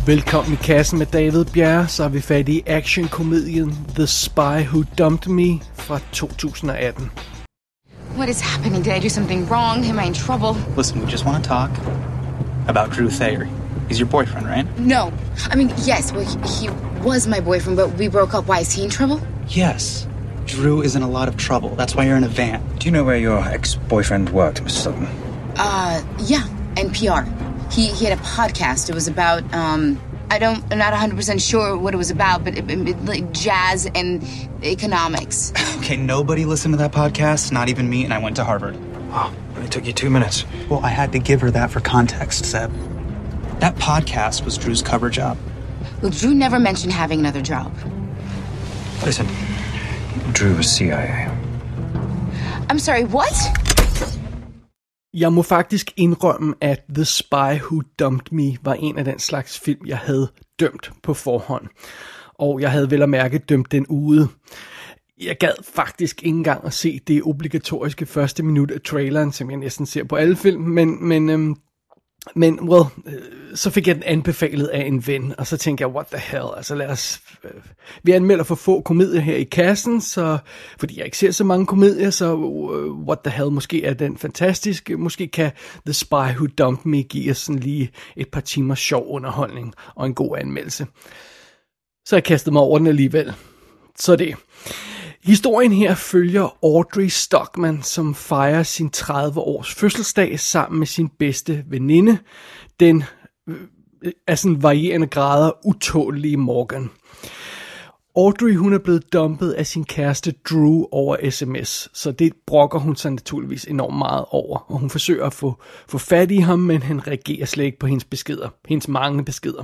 Velkommen i kassen med David Bjerre, så er vi fat i actionkomedien The Spy Who Dumped Me fra 2018. What is happening? Did I do something wrong? Am I in trouble? Listen, we just want to talk about Drew Thayer. He's your boyfriend, right? No. I mean, yes, well, he was my boyfriend, but we broke up. Why? Is he in trouble? Yes. Drew is in a lot of trouble. That's why you're in a van. Do you know where your ex-boyfriend worked, Mr. Sutton? Yeah, NPR. He had a podcast. It was about, I'm not 100% sure what it was about, but like jazz and economics. Okay, nobody listened to that podcast, not even me, and I went to Harvard. Oh, but it took you 2 minutes. Well, I had to give her that for context, Seb. That podcast was Drew's cover job. Well, Drew never mentioned having another job. Listen, Drew was CIA. I'm sorry, what? Jeg må faktisk indrømme, at The Spy Who Dumped Me var en af den slags film, jeg havde dømt på forhånd. Og jeg havde vel at mærke dømt den ude. Jeg gad faktisk ikke engang at se det obligatoriske første minut af traileren, som jeg næsten ser på alle film, men så fik jeg den anbefalet af en ven, og så tænkte jeg, what the hell, altså lad os, vi anmelder for få komedier her i kassen, så, fordi jeg ikke ser så mange komedier, så what the hell, måske er den fantastisk, måske kan The Spy Who Dumped Me give os sådan lige et par timers sjov underholdning og en god anmeldelse. Så jeg kastede mig over den alligevel. Så det. Historien her følger Audrey Stockman, som fejrer sin 30-års fødselsdag sammen med sin bedste veninde, den af sådan varierende grader utålige Morgan. Audrey, hun er blevet dumpet af sin kæreste Drew over sms, så det brokker hun sig naturligvis enormt meget over, og hun forsøger at få fat i ham, men han reagerer slet ikke på hendes mange beskeder.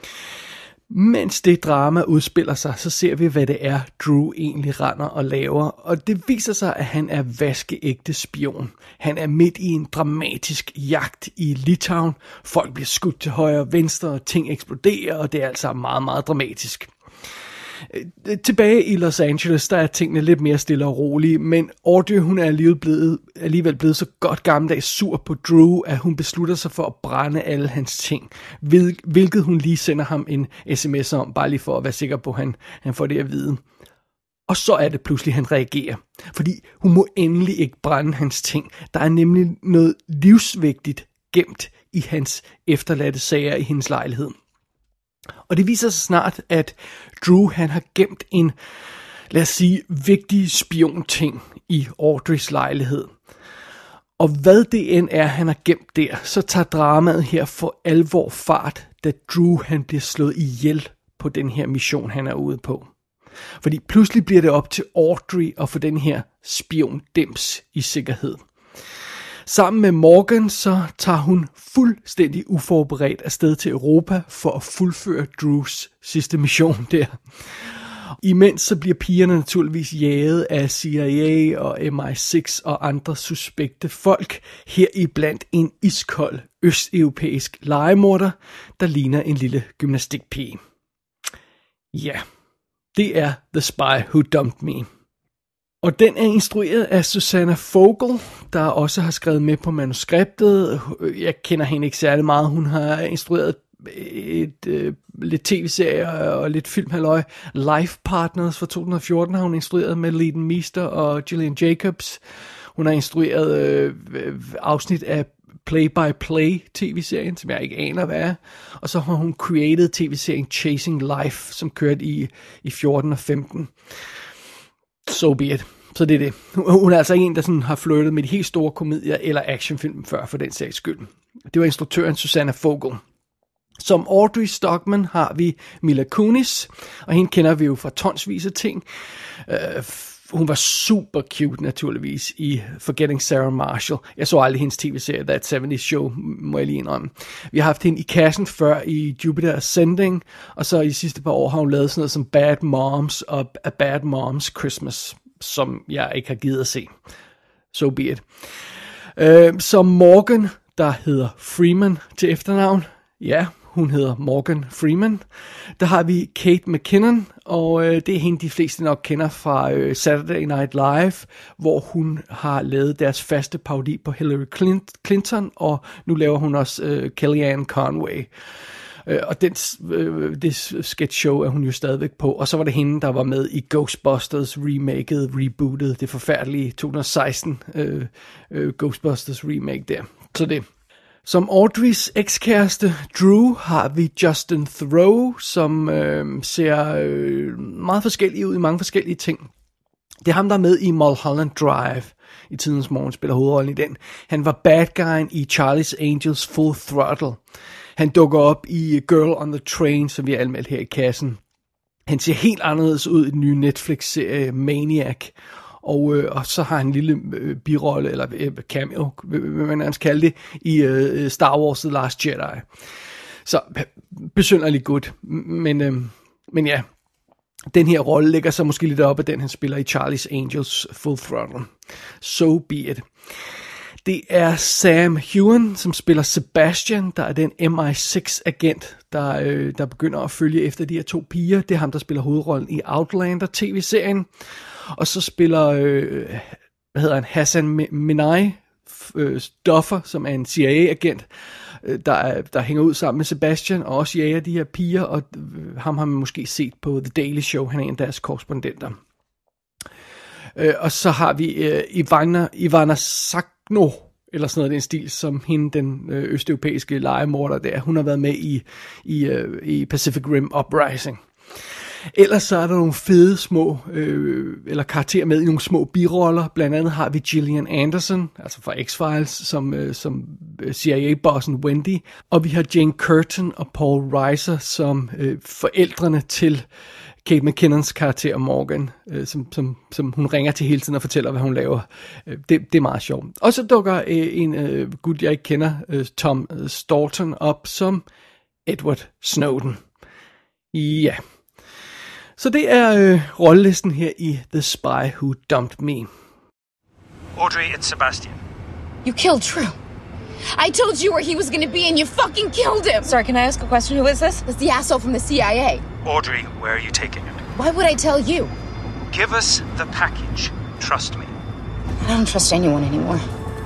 Mens det drama udspiller sig, så ser vi, hvad det er, Drew egentlig render og laver, og det viser sig, at han er vaskeægte spion. Han er midt i en dramatisk jagt i Litauen. Folk bliver skudt til højre og venstre, og ting eksploderer, og det er altså meget, meget dramatisk. Tilbage i Los Angeles, der er tingene lidt mere stille og rolige, men Audrey, hun er alligevel blevet så godt gammeldags sur på Drew, at hun beslutter sig for at brænde alle hans ting, hvilket hun lige sender ham en sms om, bare lige for at være sikker på, at han får det at vide. Og så er det pludselig, han reagerer, fordi hun må endelig ikke brænde hans ting. Der er nemlig noget livsvigtigt gemt i hans efterladte sager i hendes lejlighed. Og det viser sig snart, at Drew, han har gemt en, lad os sige, vigtig spionting i Audreys lejlighed. Og hvad det end er, han har gemt der, så tager dramaet her for alvor fart, da Drew, han bliver slået ihjel på den her mission, han er ude på. Fordi pludselig bliver det op til Audrey at få den her spiondims i sikkerhed. Sammen med Morgan, så tager hun fuldstændig uforberedt afsted til Europa for at fuldføre Drews sidste mission der. Imens så bliver pigerne naturligvis jaget af CIA og MI6 og andre suspekte folk, heriblandt en iskold østeuropæisk legemorder, der ligner en lille gymnastikpige. Ja, det er The Spy Who Dumped Me. Og den er instrueret af Susanna Fogel, der også har skrevet med på manuskriptet. Jeg kender hende ikke særlig meget. Hun har instrueret lidt tv-serier og lidt filmhalløj. Life Partners fra 2014 har hun instrueret med Leighton Meester og Gillian Jacobs. Hun har instrueret afsnit af Play-by-Play tv-serien, som jeg ikke aner hvad er. Og så har hun created tv-serien Chasing Life, som kørte i 14 og 15. So be it. Så det er det. Hun er altså en, der sådan har flirtet med de helt store komedier eller actionfilm før, for den sags skyld. Det var instruktøren Susanna Fogel. Som Audrey Stockman har vi Mila Kunis, og hende kender vi jo fra tonsvis af ting. Hun var super cute naturligvis i Forgetting Sarah Marshall. Jeg så aldrig hendes tv-serie, That 70's Show, må jeg lige indrømme. Vi har haft hende i kassen før i Jupiter Ascending, og så i de sidste par år har hun lavet sådan noget som Bad Moms og A Bad Moms Christmas, som jeg ikke har givet at se. So be it. Som Morgan, der hedder Freeman til efternavn. Ja, hun hedder Morgan Freeman. Der har vi Kate McKinnon, og det er hende, de fleste nok kender fra Saturday Night Live, hvor hun har lavet deres faste parodi på Hillary Clinton, og nu laver hun også Kellyanne Conway. Og det sketch show er hun jo stadigvæk på. Og så var det hende, der var med i Ghostbusters remaket, rebootet, det forfærdelige 2016 Ghostbusters remake der. Så det. Som Audreys ekskæreste Drew har vi Justin Theroux, som ser meget forskellig ud i mange forskellige ting. Det er ham, der er med i Mulholland Drive. I tidens morgen spiller hovedrollen i den. Han var bad guyen i Charlie's Angels Full Throttle. Han dukker op i Girl on the Train, som vi har anmeldt her i kassen. Han ser helt anderledes ud i den nye Netflix-serie Maniac. Og så har han en lille birolle, eller cameo, vil man nærmest kalde det, i Star Wars The Last Jedi. Så besynderligt godt. Men ja, den her rolle ligger så måske lidt op af den, han spiller i Charlie's Angels Full Throttle. So be it. Det er Sam Heughan, som spiller Sebastian, der er den MI6-agent, der begynder at følge efter de her to piger. Det er ham, der spiller hovedrollen i Outlander tv-serien. Og så spiller, Hassan Minhaj, Duffer, som er en CIA-agent, der hænger ud sammen med Sebastian, og også jager de her piger, og ham har man måske set på The Daily Show. Han er en af deres korrespondenter. Og så har vi Ivana Sakno, eller sådan noget den stil, som hende, den østeuropæiske legemorder der. Hun har været med i Pacific Rim Uprising. Ellers så er der nogle fede små, eller karakterer med i nogle små biroller. Blandt andet har vi Gillian Anderson, altså fra X-Files, som CIA-bossen Wendy. Og vi har Jane Curtin og Paul Reiser som forældrene til Kate McKinnons karakter Morgan, som hun ringer til hele tiden og fortæller, hvad hun laver. Det er meget sjovt. Og så dukker en gut, jeg ikke kender, Tom Staunton, op som Edward Snowden. Ja. Så det er rollelisten her i The Spy Who Dumped Me. Audrey, it's Sebastian. You killed Drew. I told you where he was gonna be and you fucking killed him! Sorry, can I ask a question? Who is this? It's the asshole from the CIA. Audrey, where are you taking it? Why would I tell you? Give us the package. Trust me. I don't trust anyone anymore.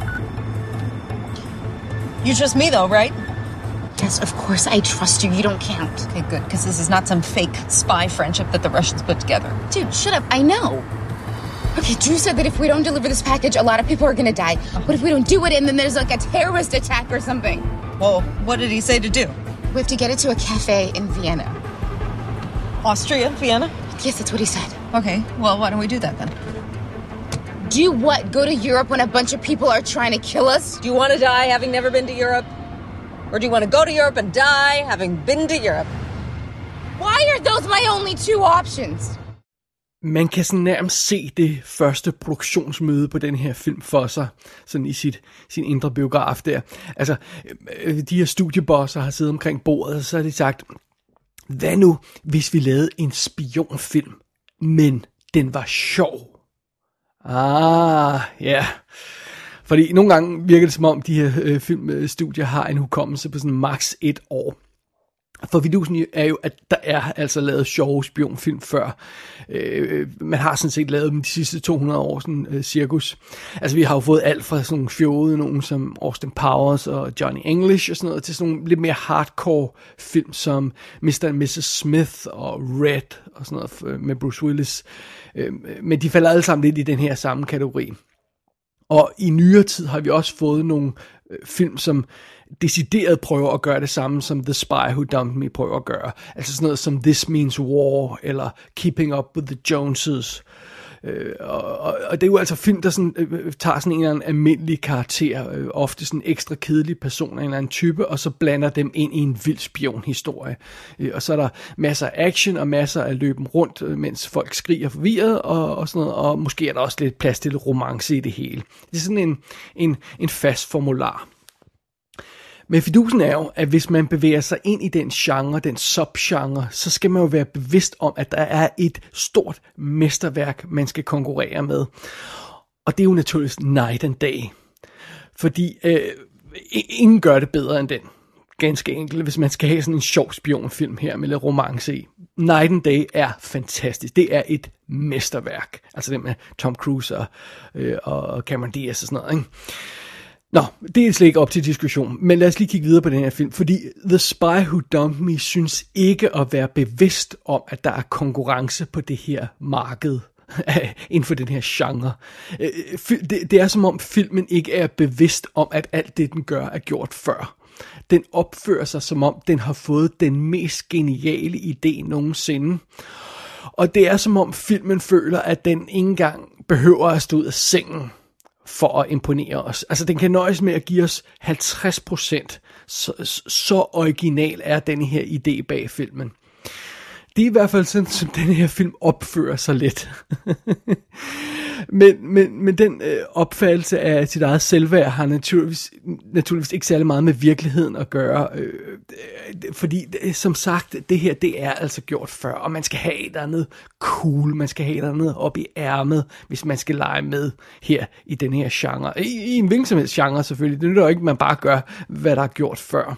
You trust me, though, right? Yes, of course I trust you. You don't count. Okay, good, because this is not some fake spy friendship that the Russians put together. Dude, shut up. I know. Okay, Drew said that if we don't deliver this package, a lot of people are gonna die. What if we don't do it and then there's like a terrorist attack or something? Well, what did he say to do? We have to get it to a cafe in Vienna. Austria, Vienna? Yes, that's what he said. Okay, well, why don't we do that then? Do what? Go to Europe when a bunch of people are trying to kill us? Do you want to die having never been to Europe? Or do you want to go to Europe and die having been to Europe? Why are those my only two options? Man kan sådan nærmest se det første produktionsmøde på den her film for sig, sådan i sin indre biograf der. Altså, de her studiebosser har siddet omkring bordet, og så har de sagt, hvad nu, hvis vi lavede en spionfilm, men den var sjov? Ja. Yeah. Fordi nogle gange virker det som om, de her filmstudier har en hukommelse på sådan maks 1 år. For vidusen er jo, at der er altså lavet sjove spionfilm før. Man har sådan set lavet dem de sidste 200 år, sådan cirkus. Altså vi har jo fået alt fra sådan nogle fjode, nogen som Austin Powers og Johnny English og sådan noget, til sådan nogle lidt mere hardcore film som Mr. and Mrs. Smith og Red og sådan noget med Bruce Willis. Men de falder alle sammen lidt i den her samme kategori. Og i nyere tid har vi også fået nogle film, som decideret prøver at gøre det samme, som The Spy Who Dumped Me prøver at gøre. Altså sådan noget som This Means War, eller Keeping Up with the Joneses. Og det er jo altså film, der sådan, tager sådan en eller anden almindelig karakter, ofte sådan en ekstra kedelig person af en eller anden type, og så blander dem ind i en vild spionhistorie. Og så er der masser af action og masser af løben rundt, mens folk skriger forvirret og sådan noget, og måske er der også lidt plads til romance i det hele. Det er sådan en fast formular. Men fidusen er jo, at hvis man bevæger sig ind i den genre, den subgenre, så skal man jo være bevidst om, at der er et stort mesterværk, man skal konkurrere med. Og det er jo naturligvis Night and Day. Fordi ingen gør det bedre end den. Ganske enkelt, hvis man skal have sådan en sjov spionfilm her med lidt romance i. Night and Day er fantastisk. Det er et mesterværk. Altså det med Tom Cruise og Cameron Diaz og sådan noget, ikke? Nå, det er slet ikke op til diskussion, men lad os lige kigge videre på den her film, fordi The Spy Who Dumped Me synes ikke at være bevidst om, at der er konkurrence på det her marked inden for den her genre. Det er som om filmen ikke er bevidst om, at alt det, den gør, er gjort før. Den opfører sig, som om den har fået den mest geniale idé nogensinde. Og det er som om filmen føler, at den ikke engang behøver at stå ud af sengen for at imponere os. Altså, den kan nøjes med at give os 50%. Så original er den her idé bag filmen. Det er i hvert fald sådan, som den her film opfører sig lidt. men den opfattelse af sit eget selvværd har naturligvis ikke særlig meget med virkeligheden at gøre. Fordi, som sagt, det her, det er altså gjort før. Og man skal have et eller andet cool, man skal have et eller andet op i ærmet, hvis man skal lege med her i den her genre. I en hvilken som helst genre selvfølgelig. Det er jo ikke, man bare gør, hvad der er gjort før.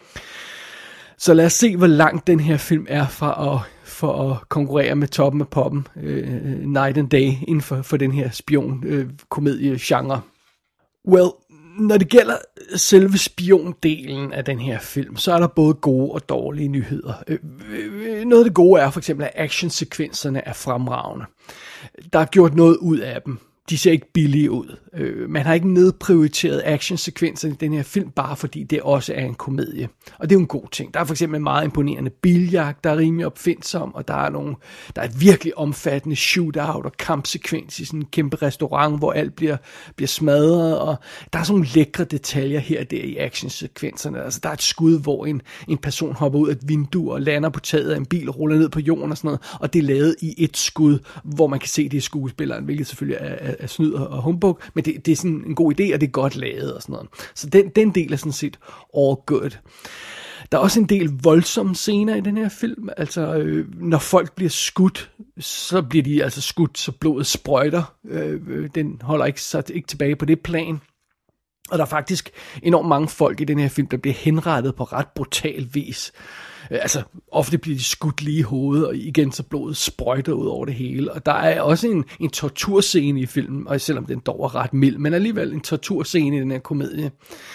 Så lad os se, hvor langt den her film er for at konkurrere med toppen af poppen, Night and Day, inden for den her spion-komedie-genre. Well, når det gælder selve spiondelen af den her film, så er der både gode og dårlige nyheder. Noget af det gode er for eksempel, at actionsekvenserne er fremragende. Der er gjort noget ud af dem. De ser ikke billige ud. Man har ikke nedprioriteret actionsekvenser i den her film, bare fordi det også er en komedie. Og det er jo en god ting. Der er for eksempel en meget imponerende biljagt, der er rimelig opfindsom, og der er et virkelig omfattende shootout og kampsekvens i sådan en kæmpe restaurant, hvor alt bliver smadret, og der er sådan nogle lækre detaljer her og der i actionsekvenserne. Altså, der er et skud, hvor en person hopper ud af et vindue og lander på taget af en bil og ruller ned på jorden og sådan noget, og det er lavet i et skud, hvor man kan se det i skuespilleren, hvilket selvfølgelig er snyd og humbug, men det er sådan en god idé, og det er godt lavet og sådan noget. Så den del er sådan set all good. Der er også en del voldsomme scener i den her film. Altså, når folk bliver skudt, så bliver de altså skudt, så blodet sprøjter. Den holder ikke tilbage på det plan. Og der er faktisk enormt mange folk i den her film, der bliver henrettet på ret brutal vis. Altså, ofte bliver de skudt lige i hovedet, og igen så blodet sprøjter ud over det hele. Og der er også en torturscene i filmen, og selvom den dog er ret mild, men alligevel en torturscene i den her komedie.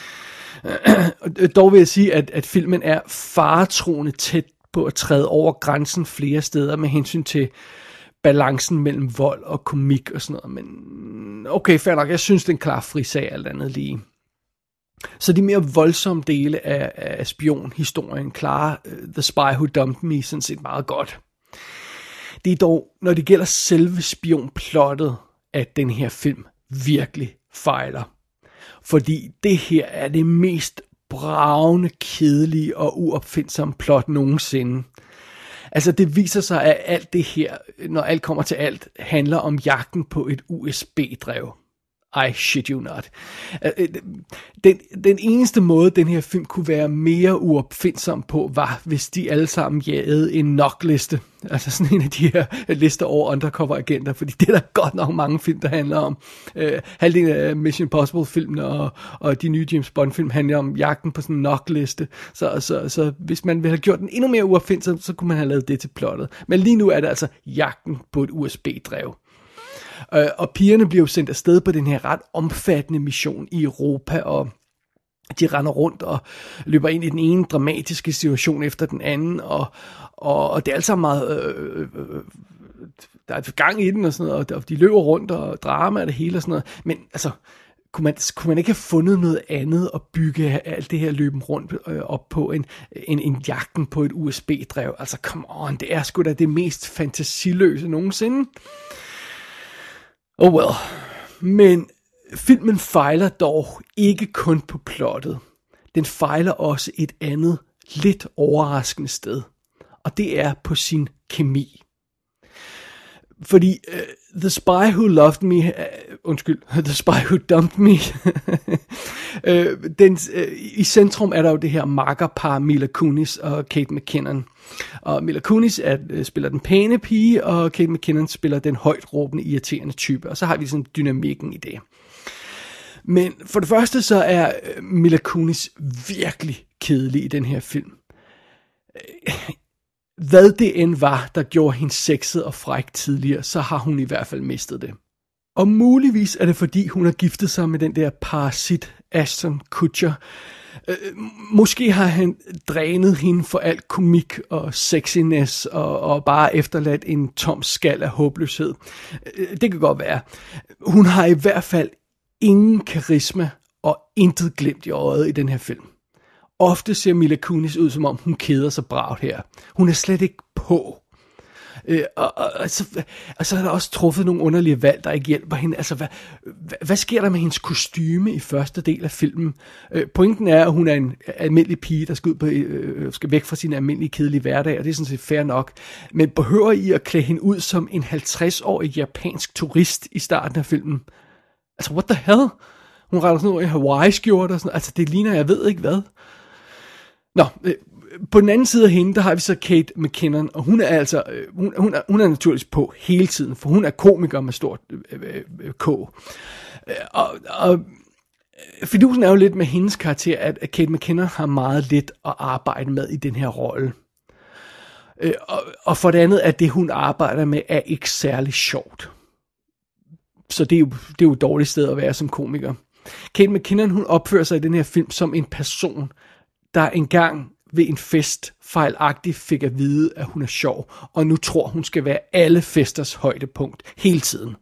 Dog vil jeg sige, at filmen er faretroende tæt på at træde over grænsen flere steder med hensyn til balancen mellem vold og komik og sådan noget. Men okay, fair nok, jeg synes, det er en klar frisag alt andet lige. Så de mere voldsomme dele af spionhistorien klarer The Spy Who Dumped Me sådan set meget godt. Det er dog, når det gælder selve spionplottet, at den her film virkelig fejler. Fordi det her er det mest bragende, kedelige og uopfindsomme plot nogensinde. Altså, det viser sig, at alt det her, når alt kommer til alt, handler om jagten på et USB-drev. I shit you not. Den eneste måde, den her film kunne være mere uopfindsom på, var, hvis de alle sammen jagede en nok-liste. Altså sådan en af de her lister over undercover-agenter, fordi det er der godt nok mange film, der handler om. Halvdelen af Mission Impossible-filmene og de nye James Bond-film handler om jagten på sådan en nok-liste. Så hvis man ville have gjort den endnu mere uopfindsom, så kunne man have lavet det til plottet. Men lige nu er det altså jagten på et USB-drev. Og pigerne bliver jo sendt afsted på den her ret omfattende mission i Europa, og de render rundt og løber ind i den ene dramatiske situation efter den anden, og det er altså meget, der er gang i den og sådan noget, og de løber rundt og drama og det hele og sådan noget, men altså, kunne man ikke have fundet noget andet at bygge alt det her løben rundt op på en jagten på et USB-drev? Altså, come on, det er sgu da det mest fantasiløse nogensinde. Oh well. Men filmen fejler dog ikke kun på plottet. Den fejler også et andet, lidt overraskende sted. Og det er på sin kemi. Fordi The Spy Who Loved Me, The Spy Who Dumped Me, i centrum er der jo det her makkerpar Mila Kunis og Kate McKinnon. Og Mila Kunis spiller den pæne pige, og Kate McKinnon spiller den højt råbende, irriterende type. Og så har vi sådan dynamikken i det. Men for det første så er Mila Kunis virkelig kedelig i den her film. Hvad det end var, der gjorde hende sexet og fræk tidligere, så har hun i hvert fald mistet det. Og muligvis er det fordi, hun har giftet sig med den der parasit Ashton Kutcher. Måske har han drænet hende for alt komik og sexiness og bare efterladt en tom skal af håbløshed. Det kan godt være. Hun har i hvert fald ingen karisma og intet glimt i øjet i den her film. Ofte ser Mila Kunis ud, som om hun keder sig bravt her. Hun er slet ikke på. Og så er der også truffet nogle underlige valg, der ikke hjælper hende. Altså, hvad sker der med hendes kostyme i første del af filmen? Pointen er, at hun er en almindelig pige, der skal væk fra sin almindelige kedelige hverdag, og det er sådan set fair nok. Men behøver I at klæde hende ud som en 50-årig japansk turist i starten af filmen? Altså, what the hell? Hun retter sådan noget i Hawaii-skjorte og sådan noget. Altså, det ligner, jeg ved ikke hvad. Nå, på den anden side af hende, der har vi så Kate McKinnon, og hun er altså, hun er naturligvis på hele tiden, for hun er komiker med stort K. Og fidusen er jo lidt med hendes karakter, at Kate McKinnon har meget lidt at arbejde med i den her rolle. Og for det andet, at det hun arbejder med, er ikke særlig sjovt. Så det er jo et dårligt sted at være som komiker. Kate McKinnon, hun opfører sig i den her film som en person, der engang ved en fest fejlagtigt fik at vide, at hun er sjov, og nu tror, hun skal være alle festers højdepunkt hele tiden.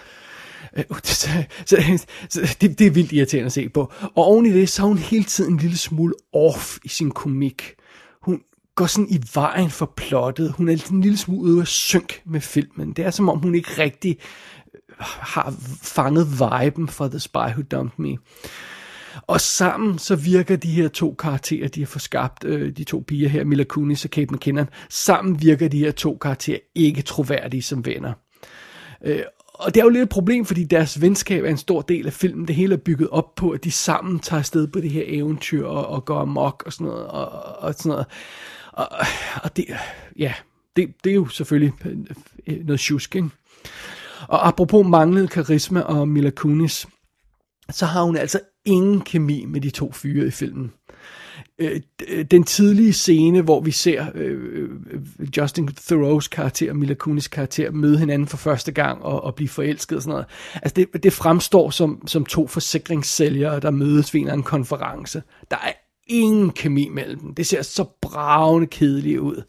Så det er vildt irriterende at se på. Og oven i det, så er hun hele tiden en lille smule off i sin komik. Hun går sådan i vejen for plottet. Hun er en lille smule ude af synk med filmen. Det er som om, hun ikke rigtig har fanget viben fra The Spy Who Dumped Me. Og sammen så virker de her to karakterer, de har fået skabt, de to piger her, Mila Kunis og Kate McKinnon, sammen virker de her to karakterer ikke troværdige som venner. Og det er jo lidt et problem, fordi deres venskab er en stor del af filmen. Det hele er bygget op på, at de sammen tager afsted på det her eventyr og går amok og sådan noget. Og sådan noget. Og det, ja, det er jo selvfølgelig noget sjusk, ikke? Og apropos manglende karisma og Mila Kunis, så har hun altså ingen kemi med de to fyre i filmen. Den tidlige scene, hvor vi ser Justin Theroux karakter og Mila Kunis karakter møde hinanden for første gang og blive forelsket og sådan noget. Altså det fremstår som to forsikringssælgere, der mødes ved en eller anden konference. Der er ingen kemi mellem dem. Det ser så bravende kedeligt ud.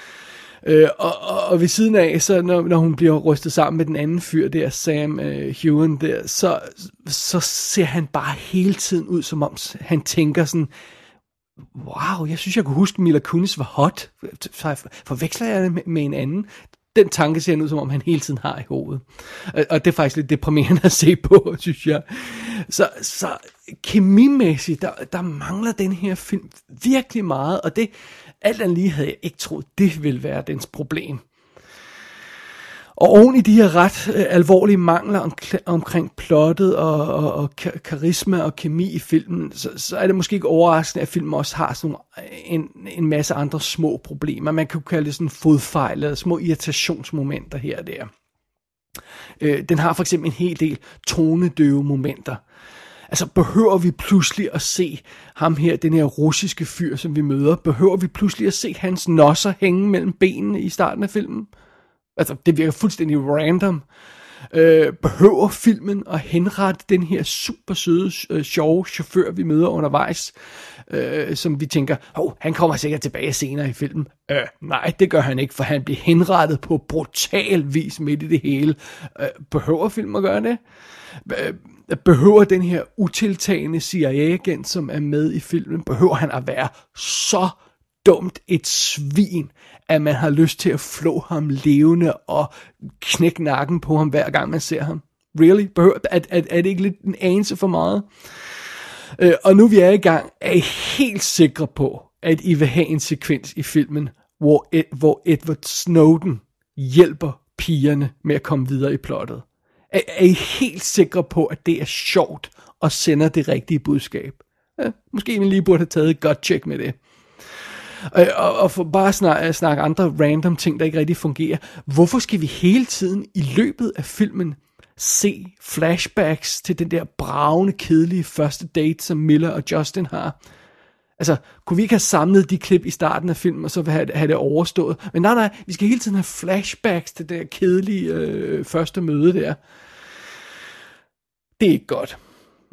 Og ved siden af, så når hun bliver rystet sammen med den anden fyr der, Sam Heughan der, så ser han bare hele tiden ud, som om han tænker sådan, wow, jeg synes, jeg kunne huske, at Mila Kunis var hot. Forveksler jeg det med en anden? Den tanke ser han ud, som om han hele tiden har i hovedet. Og det er faktisk lidt deprimerende at se på, synes jeg. Så kemimæssigt, der mangler den her film virkelig meget, og det alt andet lige havde jeg ikke troet, det ville være dens problem. Og oven i de her ret alvorlige mangler omkring plottet og karisma og kemi i filmen, så er det måske ikke overraskende, at filmen også har sådan en masse andre små problemer. Man kan jo kalde det sådan fodfejl eller små irritationsmomenter her og der. Den har for eksempel en hel del tonedøve momenter. Altså, behøver vi pludselig at se ham her, den her russiske fyr, som vi møder, behøver vi pludselig at se hans nosser hænge mellem benene i starten af filmen? Altså, det virker fuldstændig random. Behøver filmen at henrette den her super søde, sjove chauffør, vi møder undervejs, som vi tænker, han kommer sikkert tilbage senere i filmen. Nej, det gør han ikke, for han bliver henrettet på brutal vis midt i det hele. Behøver filmen at gøre det? Behøver den her utiltagende CIA-agent, som er med i filmen, behøver han at være så dumt et svin, at man har lyst til at flå ham levende og knække nakken på ham, hver gang man ser ham? Really? Er det ikke lidt en anelse for meget? Og nu vi er i gang, er I helt sikre på, at I vil have en sekvens i filmen, hvor Edward Snowden hjælper pigerne med at komme videre i plottet? Er I helt sikre på, at det er sjovt og sender det rigtige budskab? Måske vi lige burde have taget et godt tjek med det. Og for bare at snakke andre random ting, der ikke rigtig fungerer. Hvorfor skal vi hele tiden i løbet af filmen se flashbacks til den der bravende, kedelige første date, som Miller og Justin har? Altså, kunne vi ikke have samlet de klip i starten af filmen, og så have det overstået? Men nej, vi skal hele tiden have flashbacks til det der kedelige første møde der. Det er ikke godt.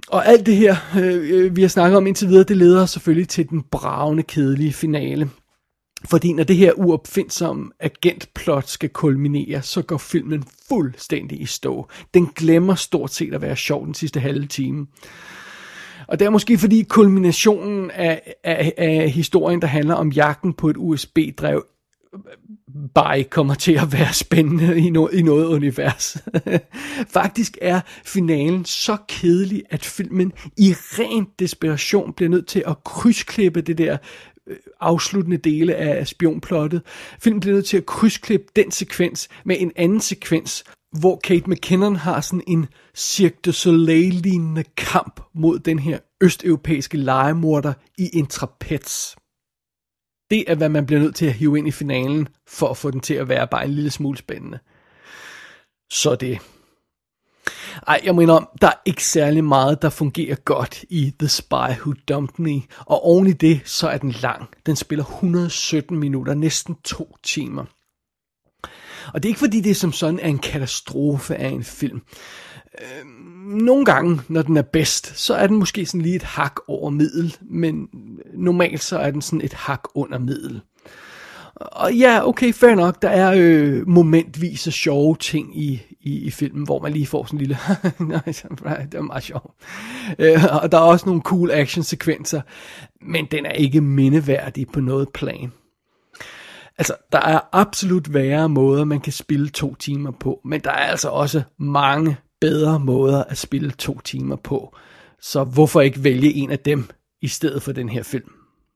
Og alt det her, vi har snakket om indtil videre, det leder selvfølgelig til den bravende, kedelige finale. Fordi når det her uopfindsomme agentplot skal kulminere, så går filmen fuldstændig i stå. Den glemmer stort set at være sjov den sidste halve time. Og det er måske fordi kulminationen af historien, der handler om jagten på et USB-drev, bare ikke kommer til at være spændende i noget univers. Faktisk er finalen så kedelig, at filmen i ren desperation bliver nødt til at krydsklippe det der afsluttende dele af spionplottet. Filmen bliver nødt til at krydsklippe den sekvens med en anden sekvens, hvor Kate McKinnon har sådan en Cirque du Soleil-lignende kamp mod den her østeuropæiske legemorder i en trapez. Det er, hvad man bliver nødt til at hive ind i finalen, for at få den til at være bare en lille smule spændende. Så det. Jeg mener om, der er ikke særlig meget, der fungerer godt i The Spy Who Dumped Me. Og oven i det, så er den lang. Den spiller 117 minutter, næsten 2 timer. Og det er ikke fordi, det som sådan er en katastrofe af en film. Nogle gange, når den er bedst, så er den måske sådan lige et hak over middel, men normalt så er den sådan et hak under middel. Og ja, okay, fair nok, der er momentvis af sjove ting i filmen, hvor man lige får sådan en lille, det er meget sjovt. Og der er også nogle cool actionsekvenser, men den er ikke mindeværdig på noget plan. Altså, der er absolut værre måder, man kan spille 2 timer på, men der er altså også mange bedre måder at spille 2 timer på. Så hvorfor ikke vælge en af dem i stedet for den her film?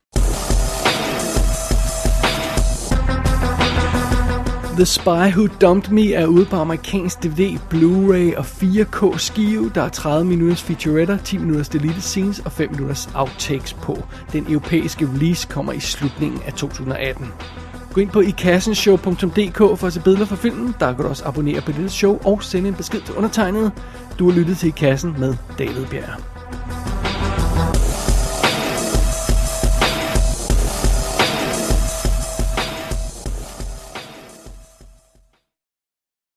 The Spy Who Dumped Me er ude på amerikansk DVD, Blu-ray og 4K skive. Der er 30 minutters featuretter, 10 minutters deleted scenes og 5 minutters outtakes på. Den europæiske release kommer i slutningen af 2018. Gå ind på ikassenshow.dk for at se billeder fra filmen. Der kan du også abonnere på dette show og sende en besked til undertegnede. Du har lyttet til I Kassen med David Bjerg.